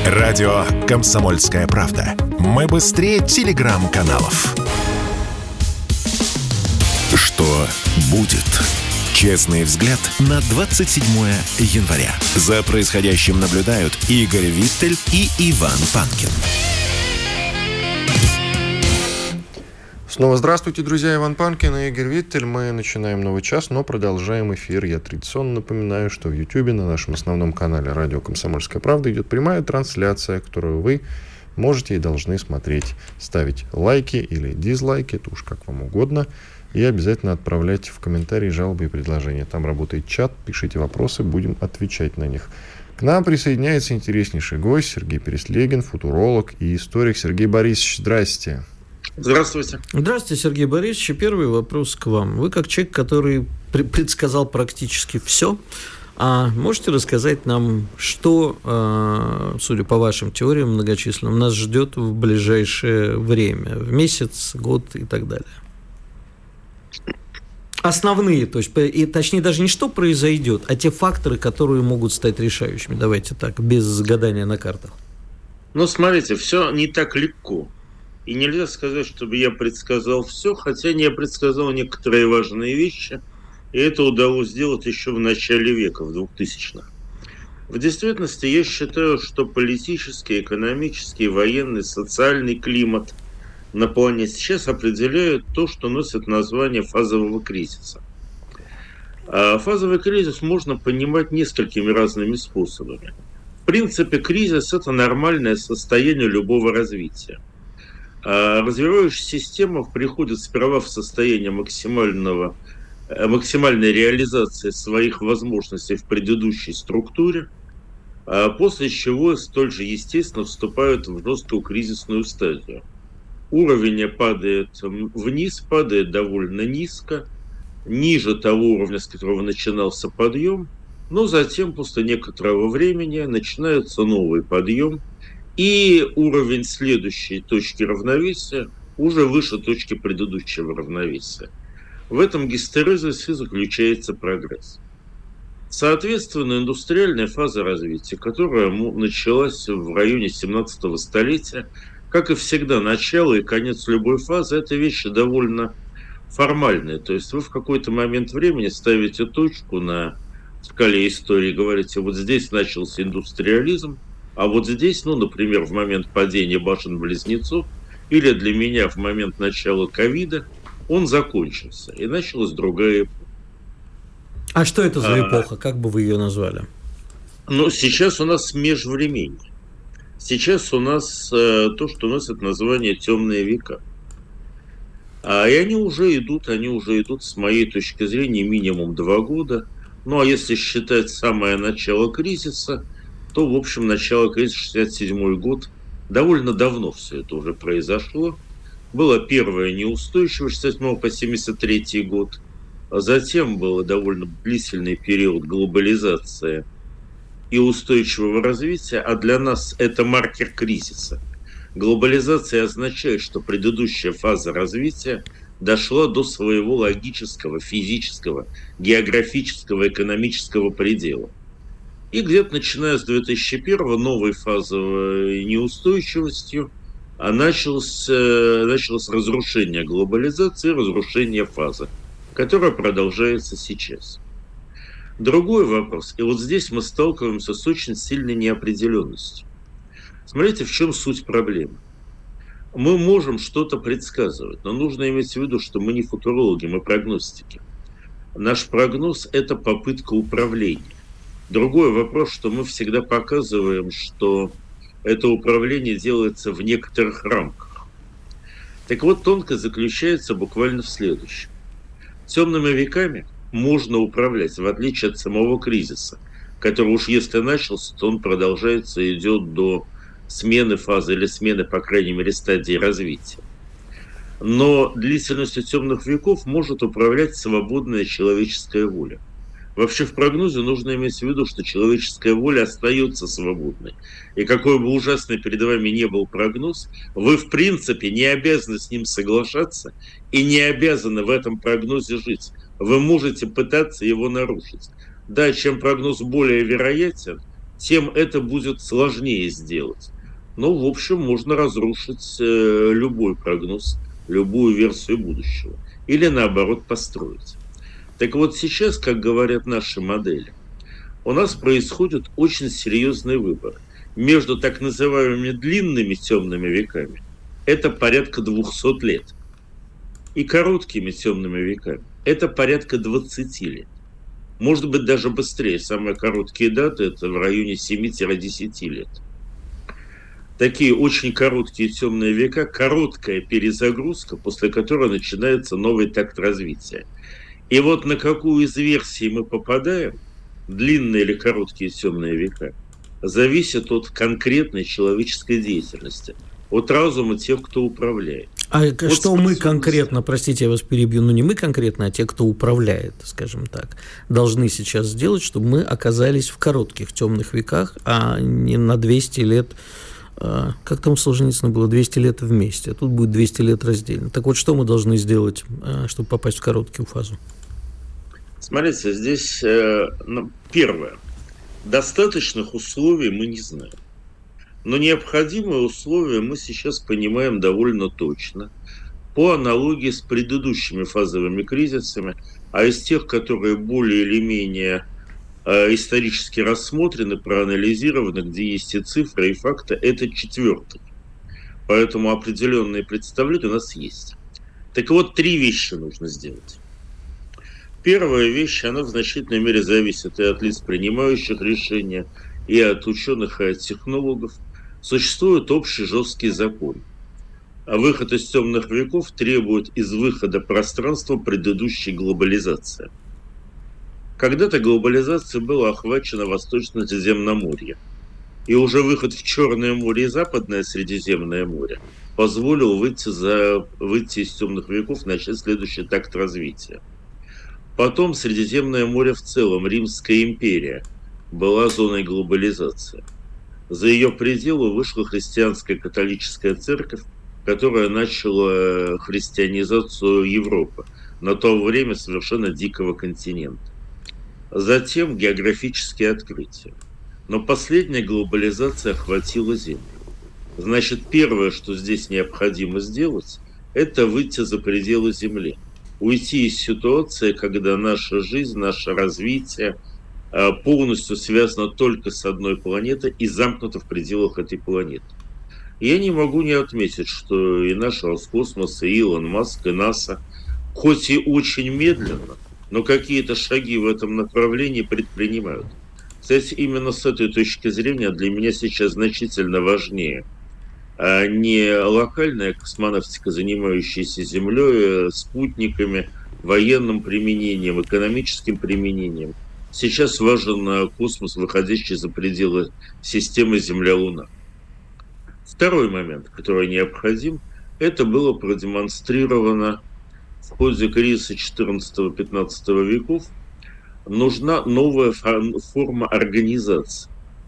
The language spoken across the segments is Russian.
Радио «Комсомольская правда». Мы быстрее телеграм-каналов. Что будет? Честный взгляд на 27 января. За происходящим наблюдают Игорь Виттель и Иван Панкин. Снова здравствуйте, друзья. Иван Панкин и Игорь Виттель. Мы начинаем новый час, но продолжаем эфир. Я традиционно напоминаю, что в Ютьюбе на нашем основном канале «Радио Комсомольская правда» идет прямая трансляция, которую вы можете и должны смотреть. Ставить лайки или дизлайки, это уж как вам угодно. И обязательно отправляйте в комментарии жалобы и предложения. Там работает чат, пишите вопросы, будем отвечать на них. К нам присоединяется интереснейший гость Сергей Переслегин, футуролог и историк. Сергей Борисович, здрасте. Здравствуйте. Здравствуйте, Сергей Борисович. Первый вопрос к вам. Вы как человек, который предсказал практически все, можете рассказать нам, что, судя по вашим теориям многочисленным, нас ждет в ближайшее время, в месяц, год и так далее? Основные, то есть, точнее, даже не что произойдет, а те факторы, которые могут стать решающими. Давайте так, без гадания на картах. Ну, смотрите, все не так легко. И нельзя сказать, чтобы я предсказал все, хотя я предсказал некоторые важные вещи, и это удалось сделать еще в начале века, в 2000-х. В действительности, я считаю, что политический, экономический, военный, социальный климат на планете сейчас определяют то, что носит название фазового кризиса. А фазовый кризис можно понимать несколькими разными способами. В принципе, кризис – это нормальное состояние любого развития. Развивающаяся система приходит сперва в состояние максимальной реализации своих возможностей в предыдущей структуре, после чего столь же естественно вступают в жесткую кризисную стадию. Уровень падает вниз, падает довольно низко, ниже того уровня, с которого начинался подъем, но затем после некоторого времени начинается новый подъем, и уровень следующей точки равновесия уже выше точки предыдущего равновесия. В этом гистерезисе заключается прогресс. Соответственно, индустриальная фаза развития, которая началась в районе 17-го столетия, как и всегда, начало и конец любой фазы – это вещи довольно формальные. То есть вы в какой-то момент времени ставите точку на скале истории, говорите, вот здесь начался индустриализм, а вот здесь, например, в момент падения башен-близнецов, или для меня в момент начала ковида, он закончился, и началась другая эпоха. А что это за эпоха? Как бы вы ее назвали? Сейчас у нас межвременье. Сейчас у нас то, что носит название «темные века». И они уже идут с моей точки зрения минимум 2 года. А если считать самое начало кризиса, то, в общем, начало кризиса, 67 год, довольно давно все это уже произошло. Была первая неустойчивость 67 по 73 год, а затем был довольно длительный период глобализации и устойчивого развития, а для нас это маркер кризиса. Глобализация означает, что предыдущая фаза развития дошла до своего логического, физического, географического, экономического предела. И где-то начиная с 2001-го новой фазовой неустойчивостью началось разрушение глобализации, разрушение фазы, которая продолжается сейчас. Другой вопрос, и вот здесь мы сталкиваемся с очень сильной неопределенностью. Смотрите, в чем суть проблемы. Мы можем что-то предсказывать, но нужно иметь в виду, что мы не футурологи, мы прогностики. Наш прогноз – это попытка управления. Другой вопрос, что мы всегда показываем, что это управление делается в некоторых рамках. Так вот, тонкость заключается буквально в следующем. Темными веками можно управлять, в отличие от самого кризиса, который уж если начался, то он продолжается и идет до смены фазы или смены, по крайней мере, стадии развития. Но длительностью темных веков может управлять свободная человеческая воля. Вообще в прогнозе нужно иметь в виду, что человеческая воля остается свободной. И какой бы ужасный перед вами ни был прогноз, вы в принципе не обязаны с ним соглашаться и не обязаны в этом прогнозе жить. Вы можете пытаться его нарушить. Да, чем прогноз более вероятен, тем это будет сложнее сделать. Но, в общем, можно разрушить любой прогноз, любую версию будущего. Или, наоборот, построить. Так вот, сейчас, как говорят наши модели, у нас происходит очень серьезный выбор между так называемыми длинными темными веками, это порядка 200 лет, и короткими темными веками, это порядка 20 лет. Может быть, даже быстрее. Самые короткие даты – это в районе 7-10 лет. Такие очень короткие темные века, короткая перезагрузка, после которой начинается новый такт развития. И вот на какую из версий мы попадаем, длинные или короткие темные века, зависит от конкретной человеческой деятельности, от разума тех, кто управляет. А вот что мы конкретно, простите, я вас перебью, не мы конкретно, а те, кто управляет, скажем так, должны сейчас сделать, чтобы мы оказались в коротких темных веках, а не на 200 лет, как там у Солженицына было, 200 лет вместе, а тут будет 200 лет раздельно. Так вот, что мы должны сделать, чтобы попасть в короткую фазу? Смотрите, здесь первое. Достаточных условий мы не знаем. Но необходимые условия мы сейчас понимаем довольно точно. По аналогии с предыдущими фазовыми кризисами, а из тех, которые более или менее исторически рассмотрены, проанализированы, где есть и цифры, и факты, это 4-й. Поэтому определенные представления у нас есть. Так вот, 3 вещи нужно сделать. Первая вещь, она в значительной мере зависит и от лиц, принимающих решения, и от ученых, и от технологов. Существует общий жесткий закон. А выход из темных веков требует из выхода пространства предыдущей глобализации. Когда-то глобализация была охвачена Восточно-Средиземноморье. И уже выход в Черное море и Западное Средиземное море позволил выйти из темных веков, начать следующий такт развития. Потом Средиземное море в целом, Римская империя, была зоной глобализации. За ее пределы вышла христианская католическая церковь, которая начала христианизацию Европы, на то время совершенно дикого континента. Затем географические открытия. Но последняя глобализация охватила Землю. Значит, первое, что здесь необходимо сделать, это выйти за пределы Земли. Уйти из ситуации, когда наша жизнь, наше развитие полностью связано только с одной планетой и замкнуто в пределах этой планеты. Я не могу не отметить, что и наш Роскосмос, и Илон Маск, и НАСА, хоть и очень медленно, но какие-то шаги в этом направлении предпринимают. Кстати, именно с этой точки зрения для меня сейчас значительно важнее не локальная космонавтика, занимающаяся Землей, спутниками, военным применением, экономическим применением. Сейчас важен космос, выходящий за пределы системы Земля-Луна. Второй момент, который необходим, это было продемонстрировано в ходе кризиса 14-15 веков. Нужна новая форма организации.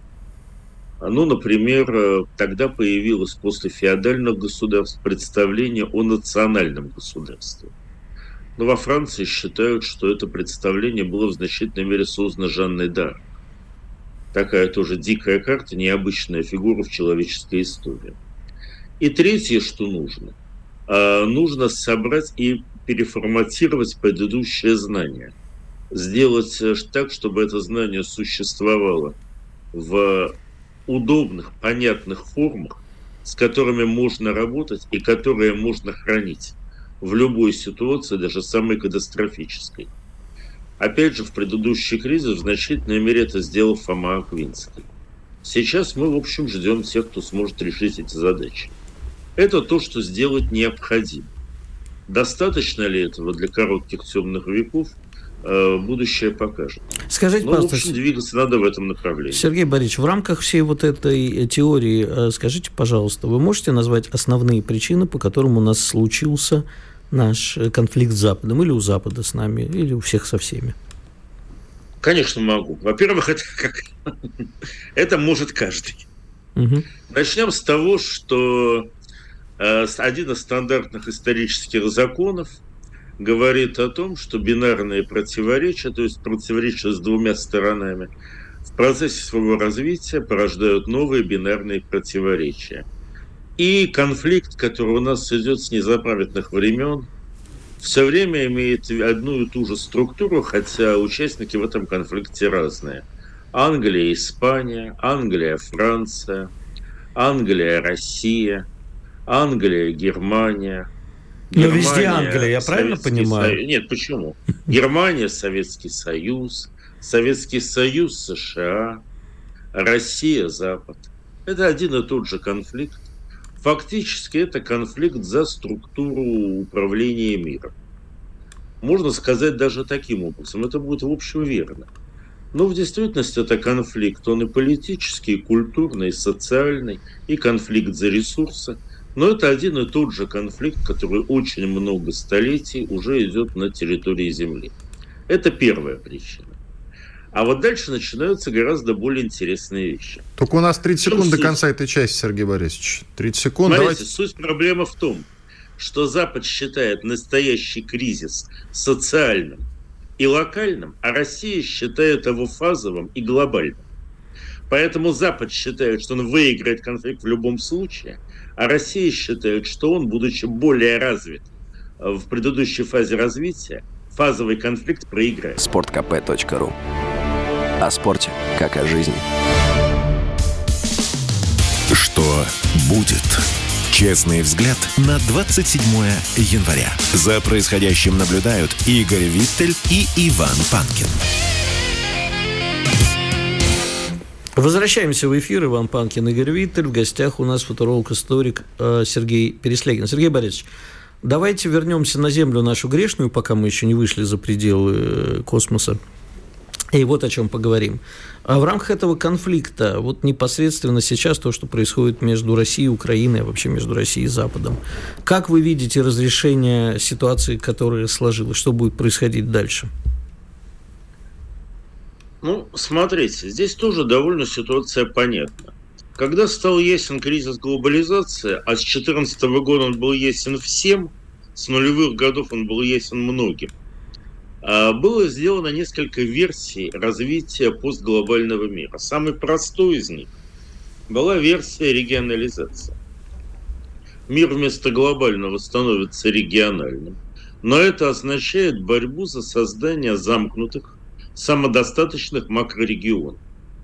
Например, тогда появилось после феодальных государств представление о национальном государстве. Но во Франции считают, что это представление было в значительной мере создано Жанной д'Арк. Такая тоже дикая карта, необычная фигура в человеческой истории. И третье, что нужно. Нужно собрать и переформатировать предыдущее знание. Сделать так, чтобы это знание существовало в удобных, понятных формах, с которыми можно работать и которые можно хранить в любой ситуации, даже самой катастрофической. Опять же, в предыдущий кризис в значительной мере это сделал Фома Аквинский. Сейчас мы, в общем, ждем тех, кто сможет решить эти задачи. Это то, что сделать необходимо. Достаточно ли этого для коротких темных веков? Будущее покажет. Скажите, пожалуйста, в общем, двигаться надо в этом направлении. Сергей Борисович, в рамках всей вот этой теории, скажите, пожалуйста, вы можете назвать основные причины, по которым у нас случился наш конфликт с Западом, или у Запада с нами, или у всех со всеми? Конечно, могу. Во-первых, это может каждый. Угу. Начнем с того, что один из стандартных исторических законов говорит о том, что бинарные противоречия, то есть противоречия с двумя сторонами, в процессе своего развития порождают новые бинарные противоречия. И конфликт, который у нас идет с незапамятных времен, все время имеет одну и ту же структуру, хотя участники в этом конфликте разные. Англия, Испания, Англия, Франция, Англия, Россия, Англия, Германия. Но везде Англия, я правильно понимаю? Нет, почему? Германия, Советский Союз, Советский Союз, США, Россия, Запад. Это один и тот же конфликт. Фактически это конфликт за структуру управления миром. Можно сказать даже таким образом. Это будет в общем верно. Но в действительности это конфликт. Он и политический, и культурный, и социальный, и конфликт за ресурсы. Но это один и тот же конфликт, который очень много столетий уже идет на территории Земли. Это первая причина. А вот дальше начинаются гораздо более интересные вещи. Только у нас 30 секунд до конца этой части, Сергей Борисович. 30 секунд. Смотрите, давайте. Суть проблемы в том, что Запад считает настоящий кризис социальным и локальным, а Россия считает его фазовым и глобальным. Поэтому Запад считает, что он выиграет конфликт в любом случае, а Россия считает, что он, будучи более развит в предыдущей фазе развития, фазовый конфликт проиграет. Sportkp.ru. О спорте, как о жизни. Что будет? Честный взгляд на 27 января. За происходящим наблюдают Игорь Виттель и Иван Панкин. Возвращаемся в эфир. Иван Панкин, Игорь Виттель. В гостях у нас футуролог-историк Сергей Переслегин. Сергей Борисович, давайте вернемся на Землю нашу грешную, пока мы еще не вышли за пределы космоса. И вот о чем поговорим. А в рамках этого конфликта, вот непосредственно сейчас то, что происходит между Россией и Украиной, а вообще между Россией и Западом, как вы видите разрешение ситуации, которая сложилась? Что будет происходить дальше? Ну, смотрите, здесь тоже довольно ситуация понятна. Когда стал ясен кризис глобализации, а с 2014 года он был ясен всем, с нулевых годов он был ясен многим, было сделано несколько версий развития постглобального мира. Самый простой из них была версия регионализации. Мир вместо глобального становится региональным, но это означает борьбу за создание замкнутых, самодостаточных макрорегионов.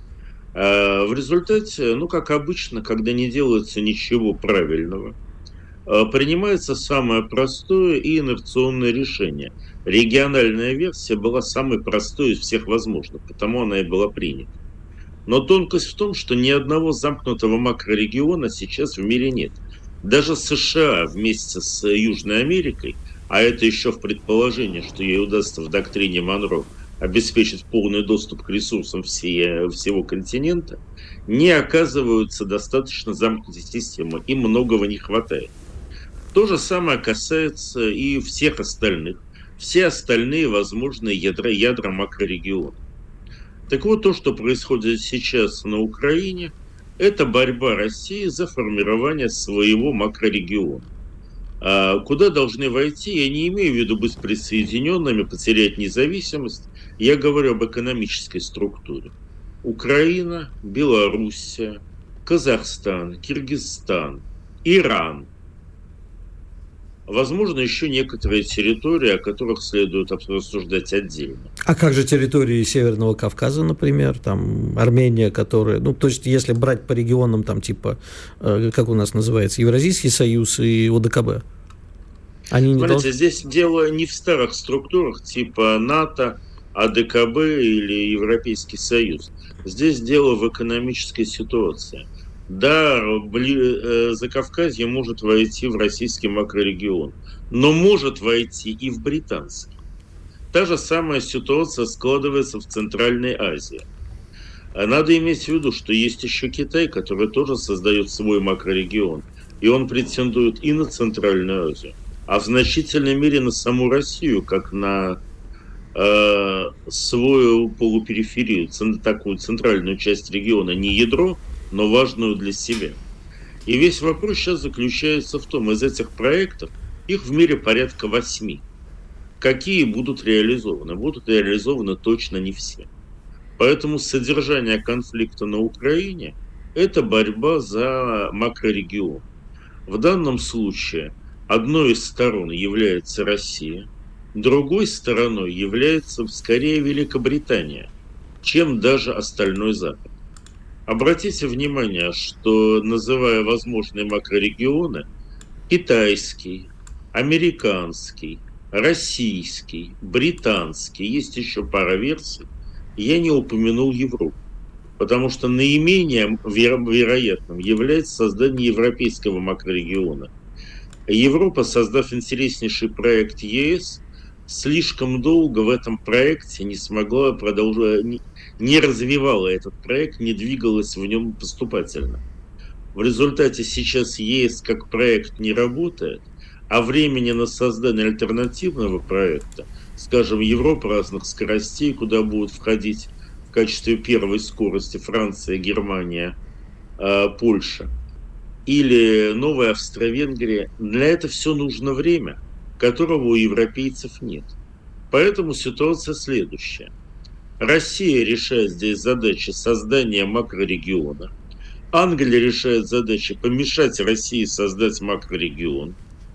В результате, ну, как обычно, когда не делается ничего правильного, принимается самое простое и инерционное решение. Региональная версия была самой простой из всех возможных, потому она и была принята. Но тонкость в том, что ни одного замкнутого макрорегиона сейчас в мире нет. Даже США вместе с Южной Америкой, а это еще в предположении, что ей удастся в доктрине Монро обеспечить полный доступ к ресурсам всего континента, не оказываются достаточно замкнутой системой, им многого не хватает. То же самое касается и всех остальных, все остальные возможные ядра макрорегиона. Так вот, то, что происходит сейчас на Украине, это борьба России за формирование своего макрорегиона. Куда должны войти, я не имею в виду быть присоединенными, потерять независимость, я говорю об экономической структуре. Украина, Белоруссия, Казахстан, Киргизстан, Иран. Возможно, еще некоторые территории, о которых следует рассуждать отдельно. А как же территории Северного Кавказа, например, там Армения, которая, ну, то есть, если брать по регионам, там, типа, как у нас называется, Евразийский союз и ОДКБ? Они не Смотрите, здесь дело не в старых структурах, типа НАТО, АДКБ или Европейский Союз. Здесь дело в экономической ситуации. Да, Закавказье может войти в российский макрорегион, но может войти и в британский. Та же самая ситуация складывается в Центральной Азии. Надо иметь в виду, что есть еще Китай, который тоже создает свой макрорегион, и он претендует и на Центральную Азию, а в значительной мере на саму Россию, как на свою полупериферию, такую центральную часть региона, не ядро, но важную для себя. И весь вопрос сейчас заключается в том, из этих проектов, их в мире порядка 8. Какие будут реализованы? Будут реализованы точно не все. Поэтому содержание конфликта на Украине – это борьба за макрорегион. В данном случае одной из сторон является Россия, другой стороной является скорее Великобритания, чем даже остальной Запад. Обратите внимание, что, называя возможные макрорегионы, китайский, американский, российский, британский, есть еще пара версий, я не упомянул Европу, потому что наименее вероятным является создание европейского макрорегиона. Европа, создав интереснейший проект ЕС, слишком долго в этом проекте не смогла продолжать, не развивала этот проект, не двигалась в нем поступательно. В результате сейчас ЕС как проект не работает, а времени на создание альтернативного проекта, скажем, Европа разных скоростей, куда будут входить в качестве первой скорости Франция, Германия, Польша, или Новая Австро-Венгрия, для этого все нужно время, которого у европейцев нет. Поэтому ситуация следующая. Россия решает здесь задачи создания макрорегиона. Англия решает задачи помешать России создать макрорегион.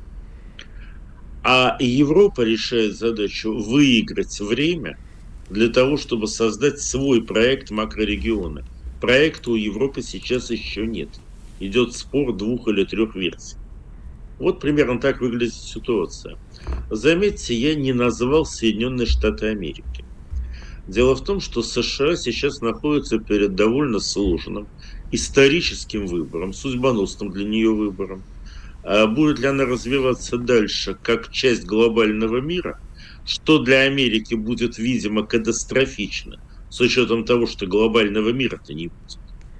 А Европа решает задачу выиграть время для того, чтобы создать свой проект макрорегиона. Проекта у Европы сейчас еще нет. Идет спор 2 или 3 версий. Вот примерно так выглядит ситуация. Заметьте, я не назвал Соединенные Штаты Америки. Дело в том, что США сейчас находится перед довольно сложным историческим выбором, судьбоносным для нее выбором. Будет ли она развиваться дальше как часть глобального мира, что для Америки будет, видимо, катастрофично, с учетом того, что глобального мира-то не будет.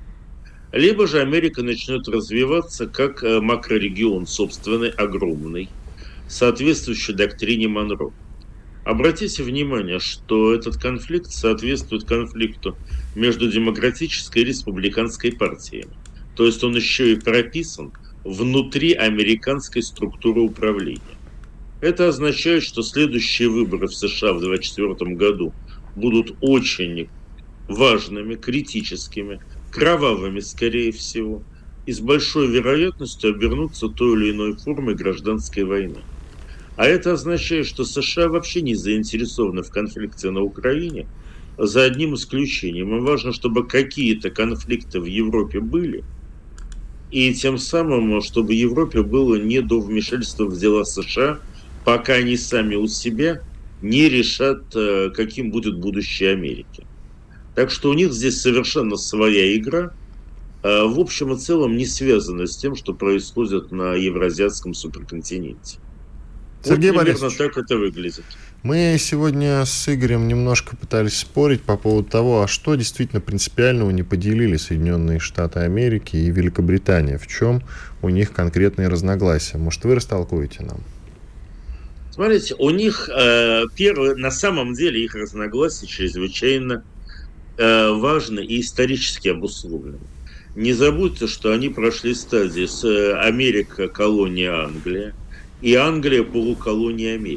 Либо же Америка начнет развиваться как макрорегион собственный, огромный, соответствующий доктрине Монро. Обратите внимание, что этот конфликт соответствует конфликту между демократической и республиканской партиями. То есть он еще и прописан внутри американской структуры управления. Это означает, что следующие выборы в США в 2024 году будут очень важными, критическими, кровавыми, скорее всего, и с большой вероятностью обернутся той или иной формой гражданской войны. А это означает, что США вообще не заинтересованы в конфликте на Украине, за одним исключением. Им важно, чтобы какие-то конфликты в Европе были, и тем самым, чтобы Европе было не до вмешательства в дела США, пока они сами у себя не решат, каким будет будущее Америки. Так что у них здесь совершенно своя игра, в общем и целом не связанная с тем, что происходит на евразиатском суперконтиненте. Сергей вот примерно Борисович, так это выглядит. Мы сегодня с Игорем немножко пытались спорить по поводу того, а что действительно принципиального не поделили Соединенные Штаты Америки и Великобритания, в чем у них конкретные разногласия. Может, вы растолкуете нам? Смотрите, у них на самом деле их разногласия чрезвычайно важны и исторически обусловлены. Не забудьте, что они прошли стадии с Америка колония Англия и Англия полуколония Америки.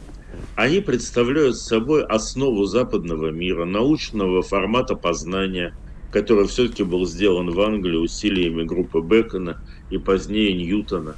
Они представляют собой основу западного мира, научного формата познания, который все-таки был сделан в Англии усилиями группы Бэкона и позднее Ньютона.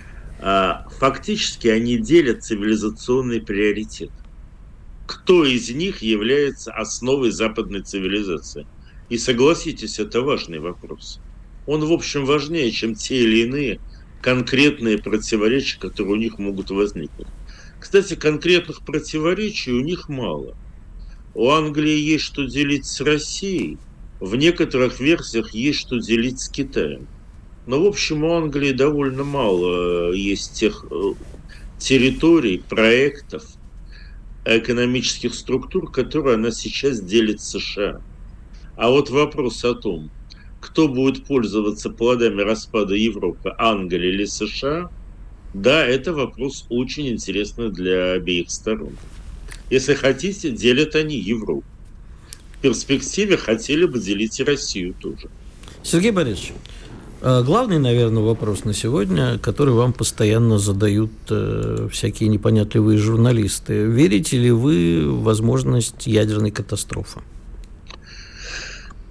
Фактически они делят цивилизационный приоритет. Кто из них является основой западной цивилизации? И согласитесь, это важный вопрос. Он, в общем, важнее, чем те или иные конкретные противоречия, которые у них могут возникнуть. Кстати, конкретных противоречий у них мало. У Англии есть что делить с Россией, в некоторых версиях есть что делить с Китаем. Но, в общем, у Англии довольно мало есть тех территорий, проектов, экономических структур, которые она сейчас делит с США. А вот вопрос о том, кто будет пользоваться плодами распада Европы, Англия или США, да, это вопрос очень интересный для обеих сторон. Если хотите, делят они Европу. В перспективе хотели бы делить и Россию тоже. Сергей Борисович, главный, наверное, вопрос на сегодня, который вам постоянно задают всякие непонятливые журналисты. Верите ли вы в возможность ядерной катастрофы?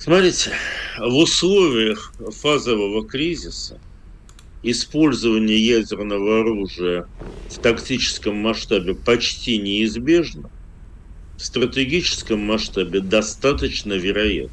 Смотрите, в условиях фазового кризиса использование ядерного оружия в тактическом масштабе почти неизбежно, в стратегическом масштабе достаточно вероятно.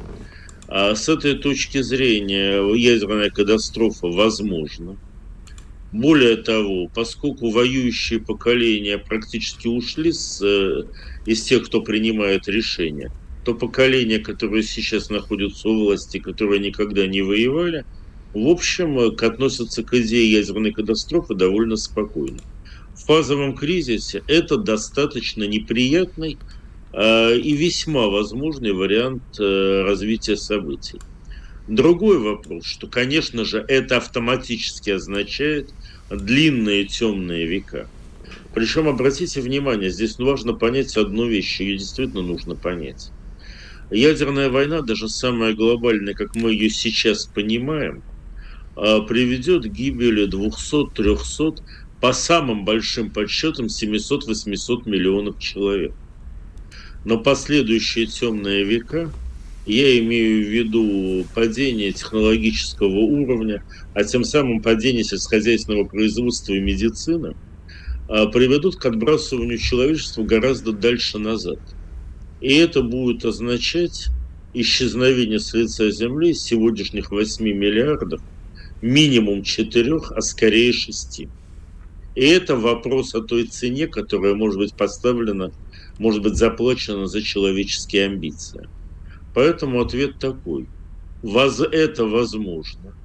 А с этой точки зрения ядерная катастрофа возможна. Более того, поскольку воюющие поколения практически ушли из тех, кто принимает решения, то поколения, которые сейчас находятся у власти, которые никогда не воевали, в общем, относятся к идее ядерной катастрофы довольно спокойно. В фазовом кризисе это достаточно неприятный и весьма возможный вариант развития событий. Другой вопрос, что, конечно же, это автоматически означает длинные темные века. Причем, обратите внимание, здесь важно понять одну вещь, ее действительно нужно понять. Ядерная война, даже самая глобальная, как мы ее сейчас понимаем, приведет к гибели 200-300, по самым большим подсчетам 700-800 миллионов человек. Но последующие темные века, я имею в виду падение технологического уровня, а тем самым падение сельскохозяйственного производства и медицины, приведут к отбрасыванию человечества гораздо дальше назад. И это будет означать исчезновение с лица Земли из сегодняшних 8 миллиардов, минимум 4, а скорее 6. И это вопрос о той цене, которая может быть поставлена, может быть заплачена за человеческие амбиции. Поэтому ответ такой. Это возможно.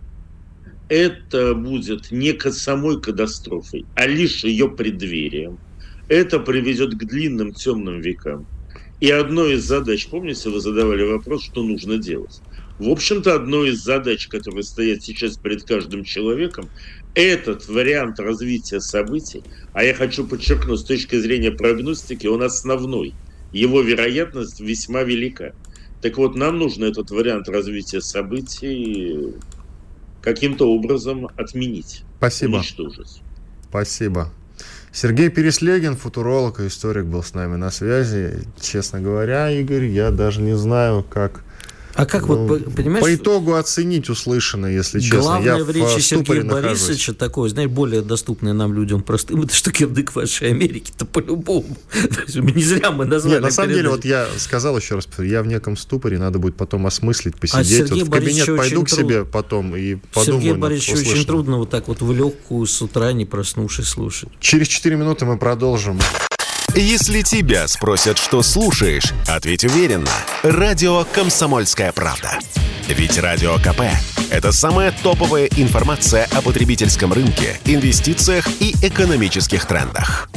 Это будет не самой катастрофой, а лишь ее преддверием. Это приведет к длинным темным векам. И одной из задач, помните, вы задавали вопрос, что нужно делать? В общем-то, одной из задач, которые стоят сейчас перед каждым человеком, этот вариант развития событий, а я хочу подчеркнуть, с точки зрения прогностики, он основной. Его вероятность весьма велика. Так вот, нам нужно этот вариант развития событий каким-то образом отменить. Спасибо. Уничтожить. Спасибо. Сергей Переслегин, футуролог и историк, был с нами на связи. Честно говоря, Игорь, я даже не знаю, как... А как вот, понимаешь... По итогу оценить услышанное, если честно. Главное в речи Сергея Борисовича такое, знаешь, более доступное нам, людям простым, это что кирдык вашей Америки-то по-любому. Не зря мы назвали. Нет, на самом деле, вот я сказал еще раз, я в неком ступоре, надо будет потом осмыслить, посидеть. Вот в кабинет пойду к себе потом и подумаю. Сергею Борисовичу очень трудно вот так вот в легкую с утра, не проснувшись, слушать. Через 4 минуты мы продолжим. Если тебя спросят, что слушаешь, ответь уверенно. Радио «Комсомольская правда». Ведь Радио КП – это самая топовая информация о потребительском рынке, инвестициях и экономических трендах.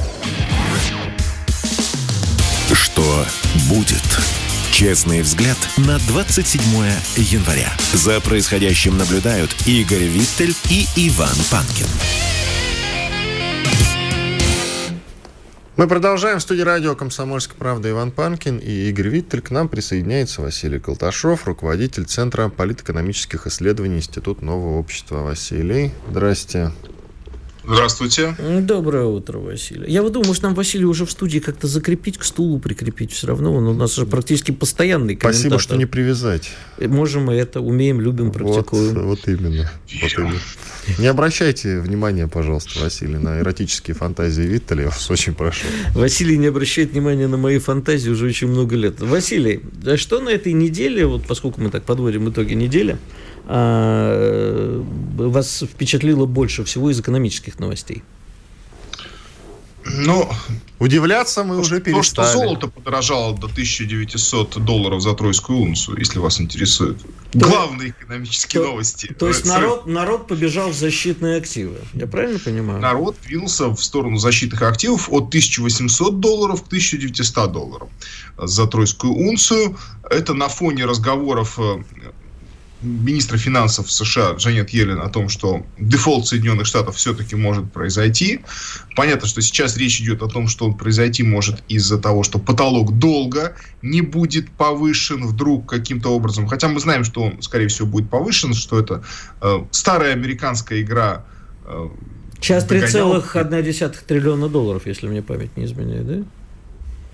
Что будет? Честный взгляд на 27 января. За происходящим наблюдают Игорь Виттель и Иван Панкин. Мы продолжаем. В студии радио «Комсомольская правда» Иван Панкин и Игорь Виттель. К нам присоединяется Василий Колташов, руководитель Центра политэкономических исследований Института нового общества. Василий, здрасте. Здравствуйте. Доброе утро, Василий. Я вот думаю, может, нам Василия уже в студии как-то закрепить, к стулу прикрепить. Все равно он у нас же практически постоянный комментатор. Спасибо, что не привязать. Можем мы это, умеем, любим, практикуем. Вот именно. Не обращайте внимания, пожалуйста, Василий, на эротические фантазии Виттеля. Я вас очень прошу. Василий не обращает внимания на мои фантазии уже очень много лет. Василий, а что на этой неделе, вот поскольку мы так подводим итоги недели, вас впечатлило больше всего из экономических новостей? Ну, удивляться мы уже перестали. То, что золото подорожало до $1900 за тройскую унцию, если вас интересует. Главные экономические новости. То есть народ побежал в защитные активы. Я правильно понимаю? Народ двинулся в сторону защитных активов от $1800 к $1900 за тройскую унцию. Это на фоне разговоров министра финансов США Джанет Йеллен о том, что дефолт Соединенных Штатов все-таки может произойти. Понятно, что сейчас речь идет о том, что он произойти может из-за того, что потолок долга не будет повышен вдруг каким-то образом. Хотя мы знаем, что он, скорее всего, будет повышен, что это старая американская игра. Сейчас $3,1 триллиона, если мне память не изменяет, да?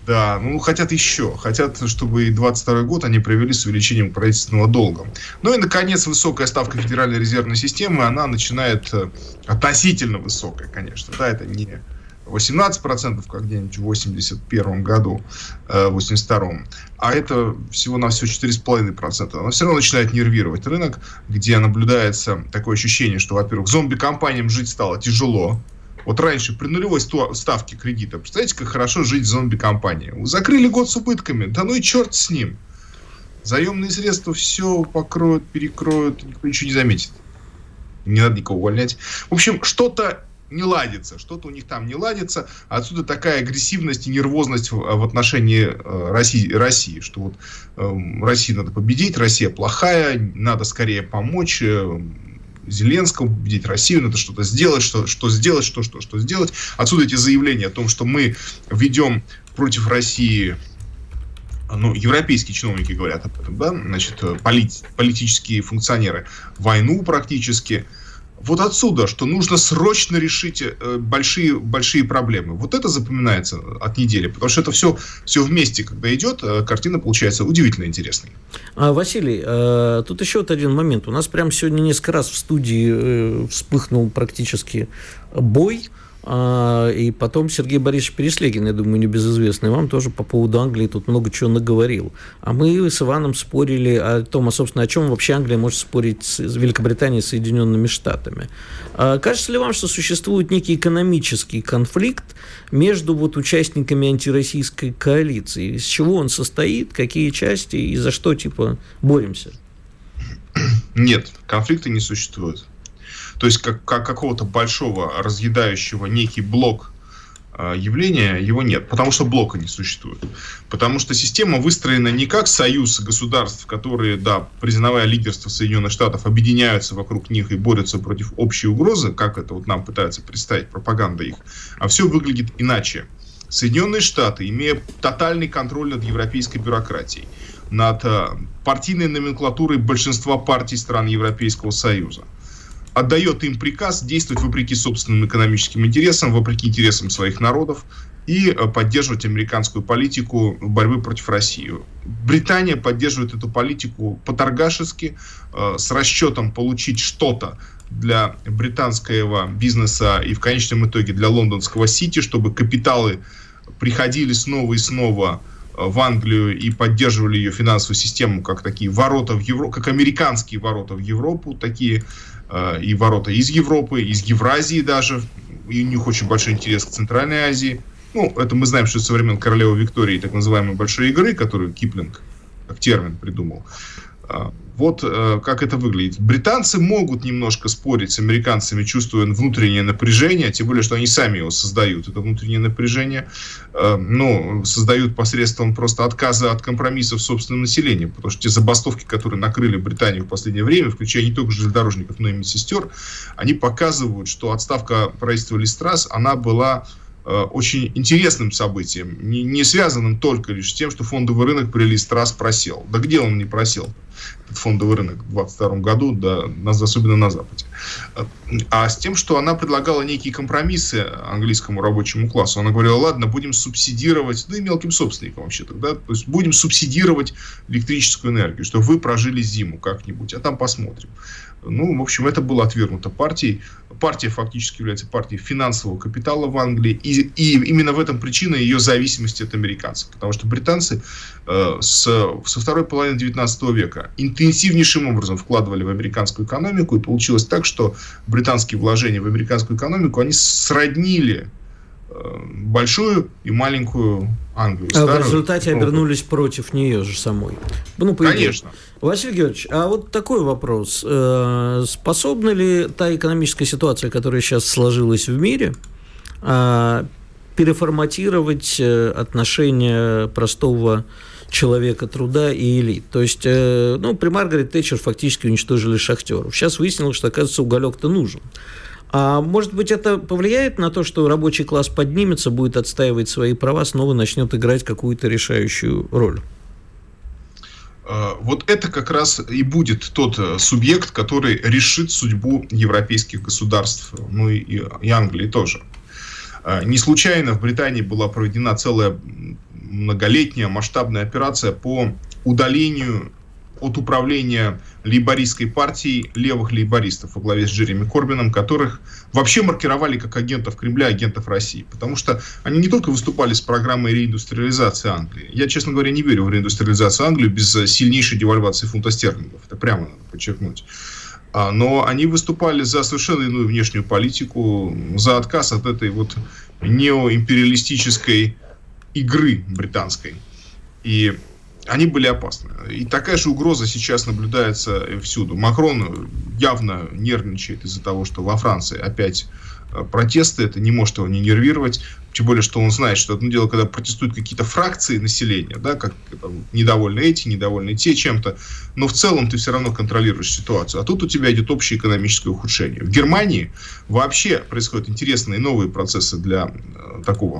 Да, хотят еще. Хотят, чтобы и 2022 год они провели с увеличением правительственного долга. Ну и, наконец, высокая ставка Федеральной резервной системы, она начинает относительно высокая, конечно. Да, это не 18%, как где-нибудь в 81 году, 82-м, а это всего-навсего 4,5%. Она все равно начинает нервировать рынок, где наблюдается такое ощущение, что, во-первых, зомби-компаниям жить стало тяжело. Вот раньше при нулевой ставке кредита, представляете, как хорошо жить в зомби-компании. Закрыли год с убытками, да ну и черт с ним. Заемные средства все покроют, перекроют, никто ничего не заметит. Не надо никого увольнять. В общем, что-то не ладится, что-то у них там не ладится. Отсюда такая агрессивность и нервозность в отношении России, что вот России надо победить, Россия плохая, надо скорее помочь Зеленскому победить Россию, надо что-то сделать, что сделать. Отсюда эти заявления о том, что мы ведем против России, европейские чиновники говорят об этом, да, значит, политические функционеры, войну практически. Вот отсюда, что нужно срочно решить большие проблемы. Вот это запоминается от недели, потому что это все вместе, когда идет, картина получается удивительно интересной. Василий, тут еще вот один момент. У нас прямо сегодня несколько раз в студии вспыхнул практически бой. И потом Сергей Борисович Переслегин, я думаю, небезызвестный вам, тоже по поводу Англии тут много чего наговорил. А мы с Иваном спорили о том, собственно, о чем вообще Англия может спорить с Великобританией и Соединенными Штатами. Кажется ли вам, что существует некий экономический конфликт между вот участниками антироссийской коалиции? Из чего он состоит, какие части и за что, боремся? Нет, конфликта не существует. То есть, как какого-то большого, разъедающего некий блок явления, его нет. Потому что блока не существует. Потому что система выстроена не как союз государств, которые, да, признавая лидерство Соединенных Штатов, объединяются вокруг них и борются против общей угрозы, как это вот нам пытается представить пропаганда их, а все выглядит иначе. Соединенные Штаты, имея тотальный контроль над европейской бюрократией, над партийной номенклатурой большинства партий стран Европейского Союза, отдает им приказ действовать вопреки собственным экономическим интересам, вопреки интересам своих народов и поддерживать американскую политику борьбы против России. Британия поддерживает эту политику по-торгашески, с расчетом получить что-то для британского бизнеса и в конечном итоге для лондонского Сити, чтобы капиталы приходили снова и снова в Англию и поддерживали ее финансовую систему как такие ворота в Европу, как американские ворота в Европу, такие и ворота из Европы, из Евразии даже. И у них очень большой интерес к Центральной Азии. Это мы знаем, что со времен королевы Виктории, так называемой большой игры, которую Киплинг как термин придумал. Вот как это выглядит. Британцы могут немножко спорить с американцами, чувствуя внутреннее напряжение, тем более, что они сами его создают, это внутреннее напряжение, но создают посредством просто отказа от компромиссов собственного населения, потому что те забастовки, которые накрыли Британию в последнее время, включая не только железнодорожников, но и медсестер, они показывают, что отставка правительства Ли Страс, она была очень интересным событием, не связанным только лишь с тем, что фондовый рынок при Ли Страс просел. Да где он не просел, этот фондовый рынок в 2022 году, да, особенно на Западе. А с тем, что она предлагала некие компромиссы английскому рабочему классу. Она говорила, ладно, будем субсидировать, да и мелким собственникам вообще-то, да, то есть будем субсидировать электрическую энергию, чтобы вы прожили зиму как-нибудь, а там посмотрим. В общем, это было отвергнуто партией. Партия фактически является партией финансового капитала в Англии. И именно в этом причина ее зависимости от американцев. Потому что британцы со второй половины 19 века интенсивнейшим образом вкладывали в американскую экономику. И получилось так, что британские вложения в американскую экономику, они сроднили большую и маленькую Англию. А в результате обернулись против нее же самой. Конечно. Василий Георгиевич, а вот такой вопрос. Способна ли та экономическая ситуация, которая сейчас сложилась в мире, переформатировать отношения простого человека труда и элит? То есть, при Маргарет Тэтчер фактически уничтожили шахтеров. Сейчас выяснилось, что, оказывается, уголек-то нужен. А может быть, это повлияет на то, что рабочий класс поднимется, будет отстаивать свои права, снова начнет играть какую-то решающую роль? Вот это как раз и будет тот субъект, который решит судьбу европейских государств, и Англии тоже. Не случайно в Британии была проведена целая многолетняя масштабная операция по удалению от управления лейбористской партией левых лейбористов во главе с Джереми Корбином, которых вообще маркировали как агентов Кремля, агентов России. Потому что они не только выступали с программой реиндустриализации Англии. Я, честно говоря, не верю в реиндустриализацию Англии без сильнейшей девальвации фунта стерлингов. Это прямо надо подчеркнуть. Но они выступали за совершенно иную внешнюю политику, за отказ от этой вот неоимпериалистической игры британской. И они были опасны. И такая же угроза сейчас наблюдается всюду. Макрон явно нервничает из-за того, что во Франции опять протесты. Это не может его не нервировать. Тем более, что он знает, что одно дело, когда протестуют какие-то фракции населения, да, как там, недовольны эти, недовольны те чем-то, но в целом ты все равно контролируешь ситуацию. А тут у тебя идет общее экономическое ухудшение. В Германии вообще происходят интересные новые процессы для такого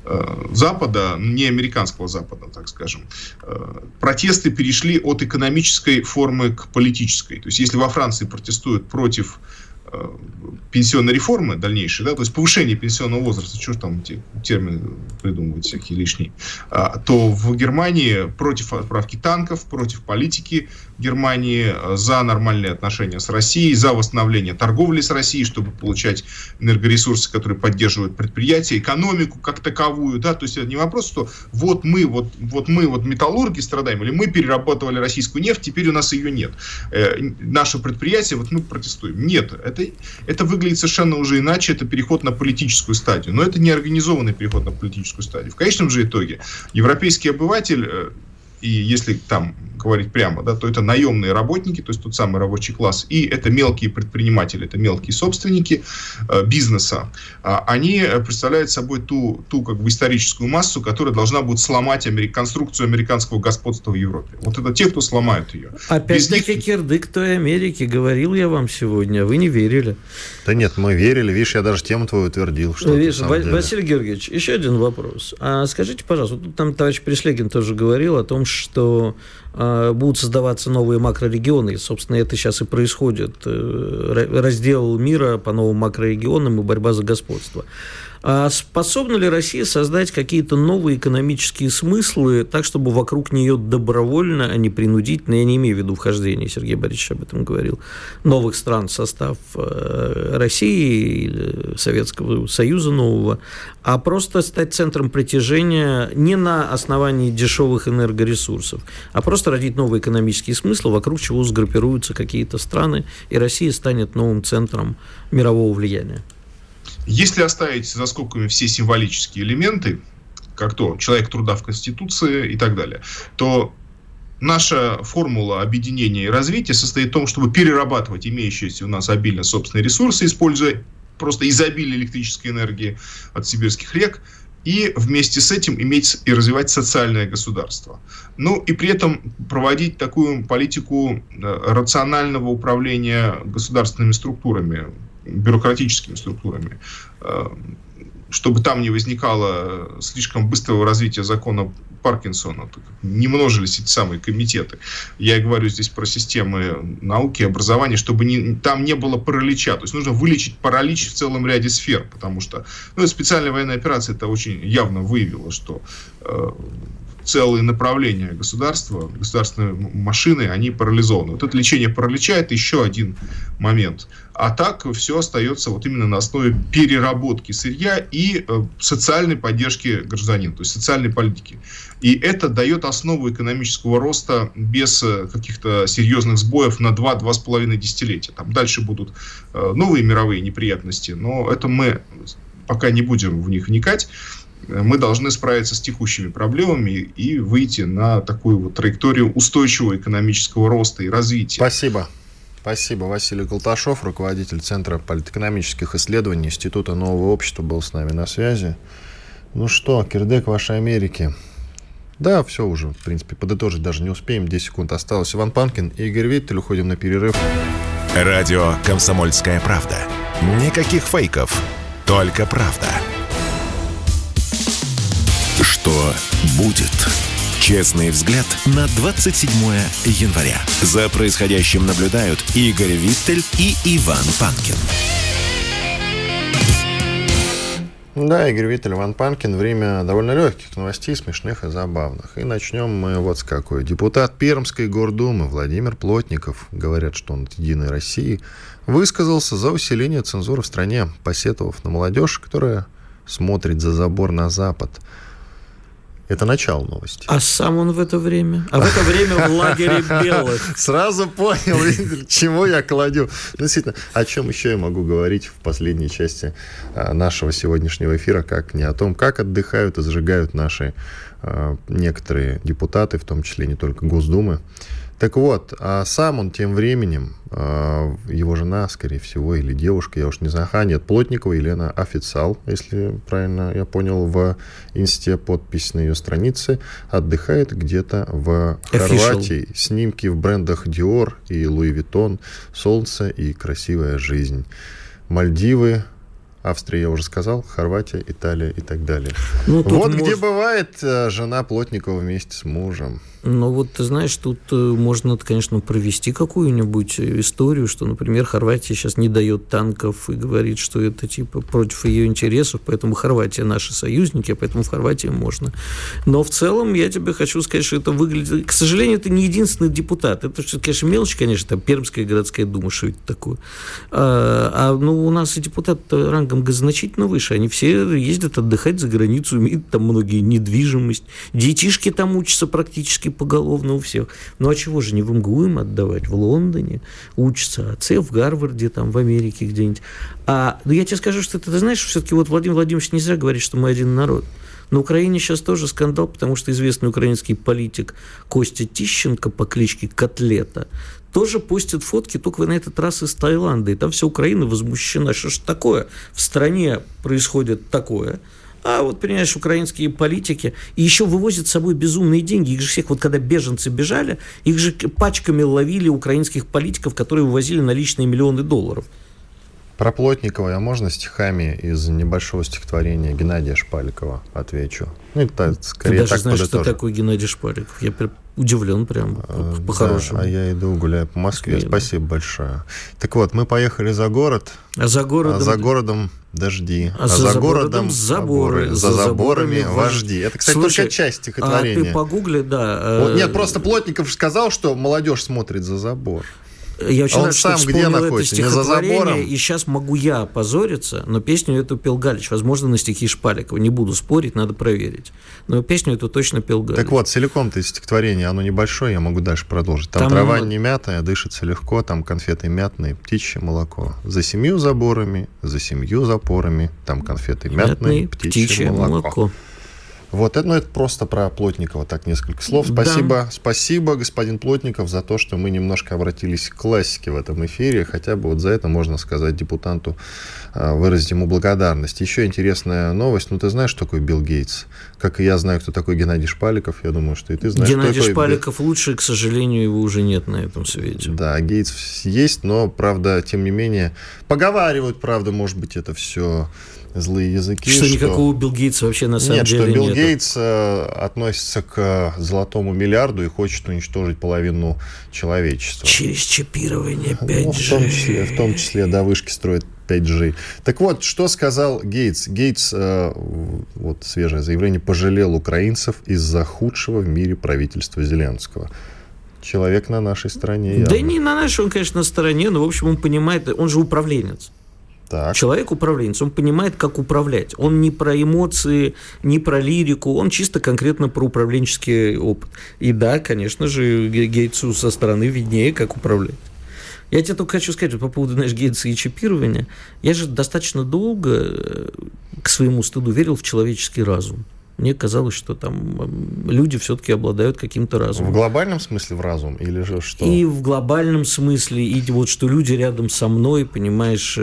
Запада, не американского Запада, так скажем. Протесты перешли от экономической формы к политической. То есть, если во Франции протестуют против пенсионной реформы дальнейшей, да, то есть повышение пенсионного возраста, что ж там эти термины придумывать всякие лишние, то в Германии против отправки танков, против политики Германии, за нормальные отношения с Россией, за восстановление торговли с Россией, чтобы получать энергоресурсы, которые поддерживают предприятия, экономику как таковую, да, то есть это не вопрос, что вот мы металлурги страдаем, или мы перерабатывали российскую нефть, теперь у нас ее нет. Наше предприятие, вот мы протестуем. Нет, это выглядит совершенно уже иначе, это переход на политическую стадию. Но это не организованный переход на политическую стадию. В конечном же итоге европейский обыватель, и если там говорить прямо, да, то это наемные работники, то есть тот самый рабочий класс, и это мелкие предприниматели, это мелкие собственники бизнеса. Они представляют собой ту как бы историческую массу, которая должна будет сломать конструкцию американского господства в Европе. Вот это те, кто сломают ее. Опять-таки кирдык той Америки, говорил я вам сегодня, вы не верили. Да нет, мы верили, видишь, я даже тему твою утвердил. Что Василий Георгиевич, еще один вопрос. Скажите, пожалуйста, тут там товарищ Переслегин тоже говорил о том, что будут создаваться новые макрорегионы, и, собственно, это сейчас и происходит. Раздел мира по новым макрорегионам и борьба за господство. А способна ли Россия создать какие-то новые экономические смыслы так, чтобы вокруг нее добровольно, а не принудительно, я не имею в виду вхождение, Сергей Борисович об этом говорил, новых стран в состав России или Советского Союза нового, а просто стать центром притяжения не на основании дешевых энергоресурсов, а просто родить новые экономические смыслы, вокруг чего сгруппируются какие-то страны, и Россия станет новым центром мирового влияния? Если оставить за скобками все символические элементы, как то человек труда в Конституции и так далее, то наша формула объединения и развития состоит в том, чтобы перерабатывать имеющиеся у нас обильно собственные ресурсы, используя просто изобилие электрической энергии от сибирских рек, и вместе с этим иметь и развивать социальное государство. Ну и при этом проводить такую политику рационального управления государственными структурами, бюрократическими структурами, чтобы там не возникало слишком быстрого развития закона Паркинсона, не множились эти самые комитеты. Я говорю здесь про системы науки, образования, чтобы там не было паралича. То есть нужно вылечить паралич в целом ряде сфер, потому что специальная военная операция это очень явно выявила, что целые направления государства, государственные машины, они парализованы. Вот это лечение паралича – это еще один момент. А так все остается вот именно на основе переработки сырья и социальной поддержки гражданина, то есть социальной политики. И это дает основу экономического роста без каких-то серьезных сбоев на 2-2,5 десятилетия. Там дальше будут новые мировые неприятности, но это мы пока не будем в них вникать. Мы должны справиться с текущими проблемами и выйти на такую вот траекторию устойчивого экономического роста и развития. Спасибо. Спасибо. Василий Колташов, руководитель Центра политэкономических исследований Института нового общества, был с нами на связи. Ну что, кирдык вашей Америки. Да, все уже, в принципе, подытожить даже не успеем. 10 секунд осталось. Иван Панкин и Игорь Виттель. Уходим на перерыв. Радио «Комсомольская правда». Никаких фейков, только правда. Что будет? Честный взгляд на 27 января. За происходящим наблюдают Игорь Виттель и Иван Панкин. Да, Игорь Виттель, Иван Панкин. Время довольно легких новостей, смешных и забавных. И начнем мы вот с какой. Депутат Пермской гордумы Владимир Плотников, говорят, что он от «Единой России», высказался за усиление цензуры в стране, посетовав на молодежь, которая смотрит за забор на Запад. Это начало новости. А сам он в это время? А в это время в лагере белых. Сразу понял, чему я кладу. Действительно, о чем еще я могу говорить в последней части нашего сегодняшнего эфира, как не о том, как отдыхают и зажигают наши некоторые депутаты, в том числе не только Госдумы. Так вот, а сам он тем временем, его жена, скорее всего, или девушка, я уж не знаю, нет, Плотникова Елена Официал, если правильно я понял, в инсте подпись на ее странице, отдыхает где-то в Хорватии. Снимки в брендах Dior и Louis Vuitton, солнце и красивая жизнь. Мальдивы, Австрия, я уже сказал, Хорватия, Италия и так далее. Ну, вот где бывает жена Плотникова вместе с мужем. Ну, вот ты знаешь, тут можно, конечно, провести какую-нибудь историю, что, например, Хорватия сейчас не дает танков и говорит, что это типа против ее интересов, поэтому Хорватия наши союзники, поэтому в Хорватии можно. Но в целом я тебе хочу сказать, что это выглядит... К сожалению, это не единственный депутат. Это, конечно, мелочь, конечно, там Пермская городская дума, что это такое. Ну, у нас и депутаты рангом значительно выше. Они все ездят отдыхать за границу, имеют там многие недвижимость. Детишки там учатся практически поголовно у всех. Ну, а чего же не в МГУ им отдавать? В Лондоне учатся, отцы в Гарварде, там, в Америке где-нибудь. Ну, я тебе скажу, что ты знаешь, все-таки вот Владимир Владимирович не зря говорит, что мы один народ. На Украине сейчас тоже скандал, потому что известный украинский политик Костя Тищенко по кличке Котлета тоже постит фотки, только на этот раз из Таиланда. И там вся Украина возмущена. Что ж такое? В стране происходит такое. А вот, понимаешь, украинские политики и еще вывозят с собой безумные деньги. Их же всех, вот когда беженцы бежали, их же пачками ловили украинских политиков, которые вывозили наличные миллионы долларов. Про Плотникова я можно стихами из небольшого стихотворения Геннадия Шпаликова отвечу? Ну, это скорее ты даже знаешь, что такое Геннадий Шпаликов? Я удивлен прям, по-хорошему. Да, а я иду гуляю по Москве. Спасибо большое. Так вот, мы поехали за город, а за городом дожди, а за городом заборы, за заборами вожди. Это, кстати, только часть стихотворения. А ты погугли, да. Вот, нет, просто Плотников сказал, что молодежь смотрит за забор. Я очень рад, что вспомнил это стихотворение, и сейчас могу я опозориться, но песню эту пел Галич, возможно, на стихи Шпаликова, не буду спорить, надо проверить, но песню эту точно пел Галич. Так вот, целиком-то из стихотворения, оно небольшое, я могу дальше продолжить. Там трава не мятая, дышится легко, там конфеты мятные, птичье молоко. За 7 заборами, за 7 запорами, там конфеты мятные, птичье молоко. Вот это, это просто про Плотникова, так несколько слов. Спасибо, спасибо, господин Плотников, за то, что мы немножко обратились к классике в этом эфире. Хотя бы вот за это, можно сказать, депутату выразить ему благодарность. Еще интересная новость. Ну, ты знаешь, что такое Билл Гейтс? Как и я знаю, кто такой Геннадий Шпаликов, я думаю, что и ты знаешь. Геннадий Шпаликов лучше, к сожалению, его уже нет на этом свете. Да, Гейтс есть, но, правда, тем не менее, поговаривают, правда, может быть, это все... злые языки. Что никакого Билл Гейтса вообще на самом деле нет. Что Билл Гейтс относится к золотому миллиарду и хочет уничтожить половину человечества. Через чипирование 5G. В том числе до вышки строят 5G. Так вот, что сказал Гейтс? Гейтс, вот свежее заявление, пожалел украинцев из-за худшего в мире правительства Зеленского. Человек на нашей стороне. Явно. Да не на нашей, он, конечно, на стороне, но, в общем, он понимает, он же управленец. Так. Человек-управленец, он понимает, как управлять. Он не про эмоции, не про лирику, он чисто конкретно про управленческий опыт. И да, конечно же, Гейтсу со стороны виднее, как управлять. Я тебе только хочу сказать по поводу, знаешь, Гейтса и чипирования. Я же достаточно долго, к своему стыду, верил в человеческий разум. Мне казалось, что там люди все-таки обладают каким-то разумом. В глобальном смысле в разум? Или же что? И в глобальном смысле, и вот что люди рядом со мной, понимаешь,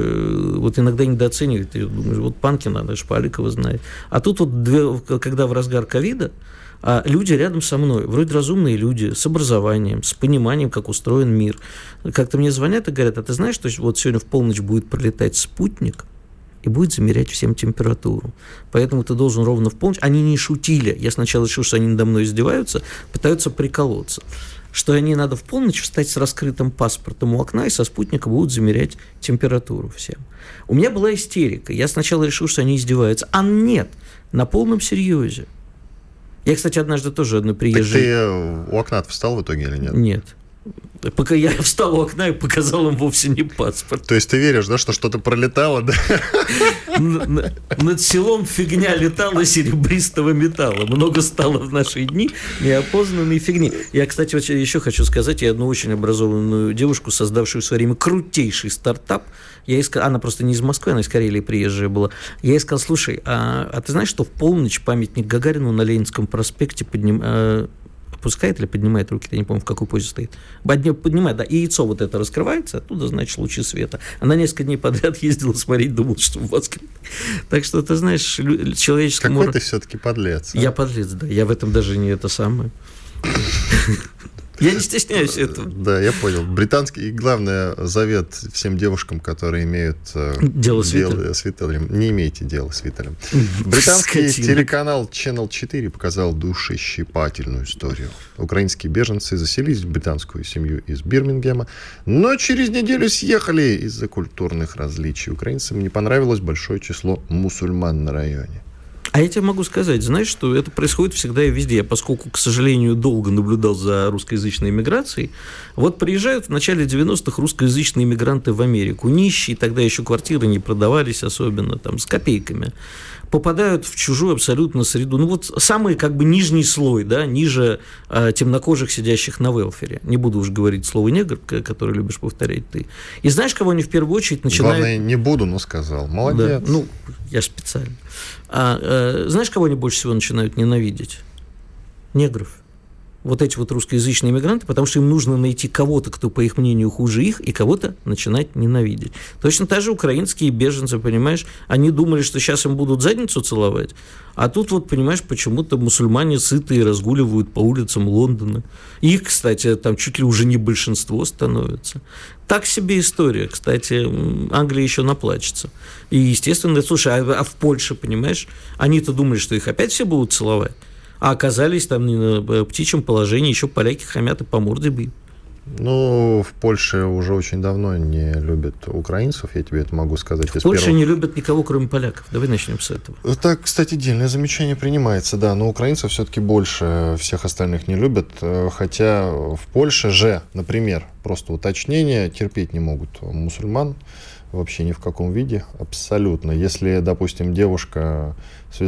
вот иногда недооценивают. Ты думаешь, вот Панкин, надо Шпаликова знает. А тут вот, когда в разгар ковида, люди рядом со мной, вроде разумные люди, с образованием, с пониманием, как устроен мир. Как-то мне звонят и говорят, а ты знаешь, что вот сегодня в полночь будет пролетать спутник, и будет замерять всем температуру. Поэтому ты должен ровно в полночь... Они не шутили. Я сначала решил, что они надо мной издеваются, пытаются приколоться. что они надо в полночь встать с раскрытым паспортом у окна и со спутника будут замерять температуру всем. У меня была истерика. Я сначала решил, что они издеваются. А нет, на полном серьезе. Я, кстати, однажды тоже одну приезжий... Так ты у окна встал в итоге или нет? Нет. Пока я встал у окна и показал им вовсе не паспорт. То есть ты веришь, да, что что-то пролетало, да? Над селом фигня летала серебристого металла. Много стало в наши дни неопознанной фигни. Я, кстати, вот еще хочу сказать, я одну очень образованную девушку, создавшую в свое время крутейший стартап, она просто не из Москвы, она из Карелии приезжая была. Я ей сказал, слушай, а ты знаешь, что в полночь памятник Гагарину на Ленинском проспекте опускает или поднимает руки, я не помню, в какой позе стоит. Поднимает, да, и яйцо вот это раскрывается, оттуда, значит, лучи света. Она несколько дней подряд ездила смотреть, думала, что в Москве. Так что, ты знаешь, человеческому... Какой ты все-таки подлец. Я подлец, да, я в этом даже не это самое. Я не стесняюсь этого. Да, я понял. Британский, и главное, завет всем девушкам, которые имеют дело с Виттелем. Не имейте дела с Виттелем. Британский телеканал Channel 4 показал душещипательную историю. Украинские беженцы заселились в британскую семью из Бирмингема, но через неделю съехали из-за культурных различий. Украинцам не понравилось большое число мусульман на районе. А я тебе могу сказать, знаешь, что это происходит всегда и везде. Я, поскольку, к сожалению, долго наблюдал за русскоязычной иммиграцией, вот приезжают в начале 90-х русскоязычные иммигранты в Америку, нищие, тогда еще квартиры не продавались особенно, там, с копейками, попадают в чужую абсолютно среду. Ну, вот самый, как бы, нижний слой, да, ниже темнокожих, сидящих на велфере. Не буду уж говорить слово «негр», которое любишь повторять ты. И знаешь, кого они в первую очередь начинают... Главное, не буду, но сказал. Молодец. Да, ну, я специально. Знаешь, кого они больше всего начинают ненавидеть? Негров. Вот эти вот русскоязычные иммигранты, потому что им нужно найти кого-то, кто, по их мнению, хуже их, и кого-то начинать ненавидеть. Точно так же украинские беженцы, понимаешь, они думали, что сейчас им будут задницу целовать, а тут вот, понимаешь, почему-то мусульмане сытые разгуливают по улицам Лондона. Их, кстати, там чуть ли уже не большинство становится. Так себе история. Кстати, Англия еще наплачется. И, естественно, слушай, а в Польше, понимаешь, они-то думали, что их опять все будут целовать, а оказались там на птичьем положении, еще поляки хамят и по морде бьют. Ну, в Польше уже очень давно не любят украинцев, я тебе это могу сказать. В Польше не любят никого, кроме поляков. Давай начнем с этого. Так, кстати, дельное замечание принимается, да, но украинцев все-таки больше всех остальных не любят, хотя в Польше же, например, просто уточнение, терпеть не могут мусульман вообще ни в каком виде, абсолютно. Если, допустим, девушка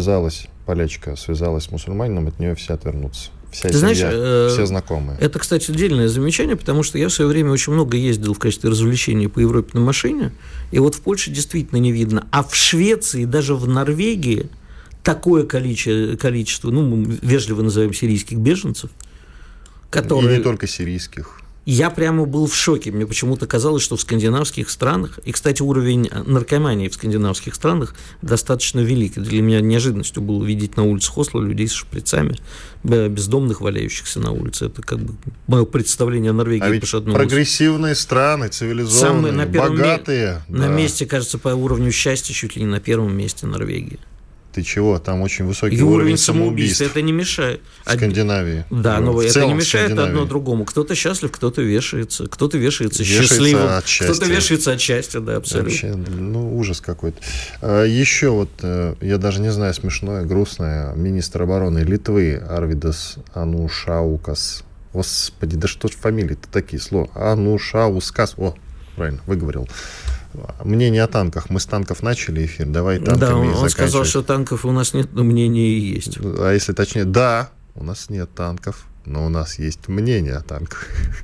полячка связалась с мусульманином, от нее все отвернутся. Вся Ты семья, знаешь, все знакомые. Это, кстати, отдельное замечание, потому что я в свое время очень много ездил в качестве развлечения по Европе на машине, и вот в Польше действительно не видно. А в Швеции, даже в Норвегии, такое количество, ну, мы вежливо называем сирийских беженцев, которые... И не только сирийских. Я прямо был в шоке. Мне почему-то казалось, что в скандинавских странах, и, кстати, уровень наркомании в скандинавских странах достаточно велик. Для меня неожиданностью было видеть на улицах Осло людей с шприцами, бездомных, валяющихся на улице. Это как бы мое представление о Норвегии пошатнулось. Прогрессивные страны, цивилизованные, богатые. На месте, кажется, по уровню счастья чуть ли не на первом месте Норвегии. Ты чего? Там очень высокий уровень самоубийств. Это не мешает. В Скандинавии. Да, но это не мешает одно другому. Кто-то счастлив, кто-то вешается. Кто-то вешается счастливым. Кто-то вешается от счастья, да, абсолютно. Вообще, ну, ужас какой-то. Еще вот, я даже не знаю, смешное, грустное, министр обороны Литвы Арвидас Анушаукас. Господи, да что ж фамилии-то такие слова? Анушаускас. О, правильно, выговорил. Мнение о танках. Мы с танков начали эфир, давай танками заканчивать. Да, он сказал, что танков у нас нет, но мнение и есть. А если точнее, да, у нас нет танков, но у нас есть мнение о танках.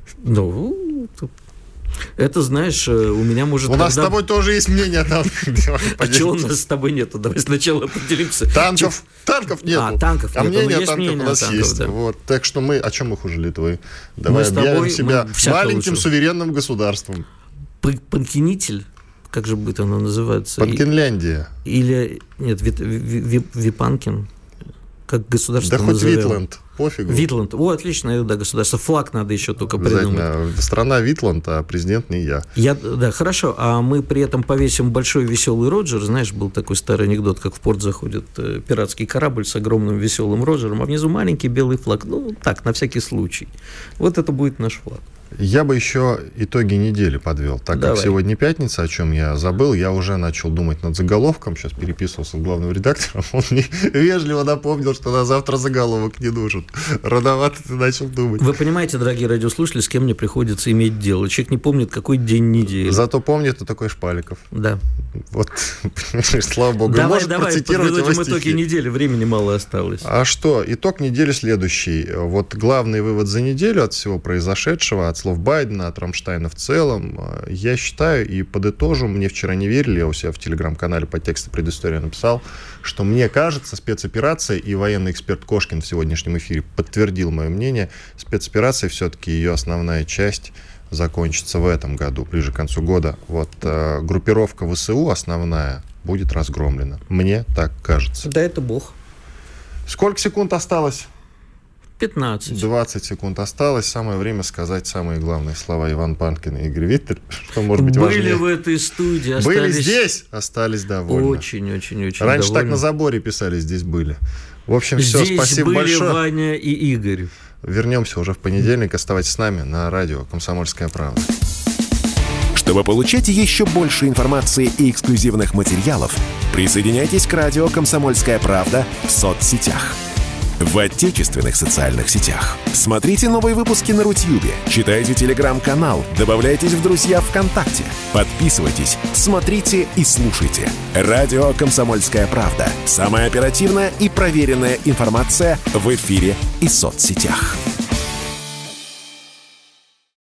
Ну, это, знаешь, у меня может... У нас с тобой тоже есть мнение о танках. А чего у нас с тобой нету? Давай сначала определимся. Танков нету. Танков нету. А мнение о танках у нас есть. Вот. Так что мы... О чем мы хуже Литвы? Давай объявим себя маленьким суверенным государством. Панкинитель, как же будет оно называться? Панкинляндия. Или, нет, Випанкин, как государство да хоть Витланд. пофигу. Витланд. О, отличное государство. Флаг надо еще только придумать. Страна Витланд, а президент не я. Да, хорошо. А мы при этом повесим большой веселый Роджер. Знаешь, был такой старый анекдот, как в порт заходит пиратский корабль с огромным веселым Роджером, а внизу маленький белый флаг. Ну, так, на всякий случай. Вот это будет наш флаг. Я бы еще итоги недели подвел. Так как сегодня пятница, о чем я забыл, я уже начал думать над заголовком. Сейчас переписывался с главным редактором. Он мне вежливо напомнил, что на завтра заголовок не нужен. Рановато ты начал думать. Вы понимаете, дорогие радиослушатели, с кем мне приходится иметь дело. Человек не помнит, какой день недели. Зато помнит, кто такой Шпаликов. Да. Вот, слава богу. Давай, подведем итоги недели. Времени мало осталось. А что? Итог недели следующий. Вот главный вывод за неделю от всего произошедшего, от слов Байдена, от Рамштайна в целом, я считаю и подытожу, мне вчера не верили, я у себя в телеграм-канале под текстом предыстории написал, что мне кажется, спецоперация, и военный эксперт Кошкин в сегодняшнем эфире подтвердил мое мнение, спецоперация все-таки ее основная часть закончится в этом году, ближе к концу года. Вот группировка ВСУ основная будет разгромлена. Мне так кажется. Да это бог. Сколько секунд осталось? 15. 20 секунд осталось. Самое время сказать самые главные слова Иван Панкин и Игорь Виттель. Что может быть важнее? Были в этой студии. Были здесь, остались довольны. Очень Раньше довольны. Так на заборе писали, здесь были. В общем, все, спасибо большое. Здесь были Ваня и Игорь. Вернемся уже в понедельник. Оставайтесь с нами на радио «Комсомольская правда». Чтобы получать еще больше информации и эксклюзивных материалов, присоединяйтесь к радио «Комсомольская правда» в соцсетях. В отечественных социальных сетях. Смотрите новые выпуски на Рутьюбе, читайте телеграм-канал, добавляйтесь в друзья ВКонтакте, подписывайтесь, смотрите и слушайте. Радио «Комсомольская правда». Самая оперативная и проверенная информация в эфире и соцсетях.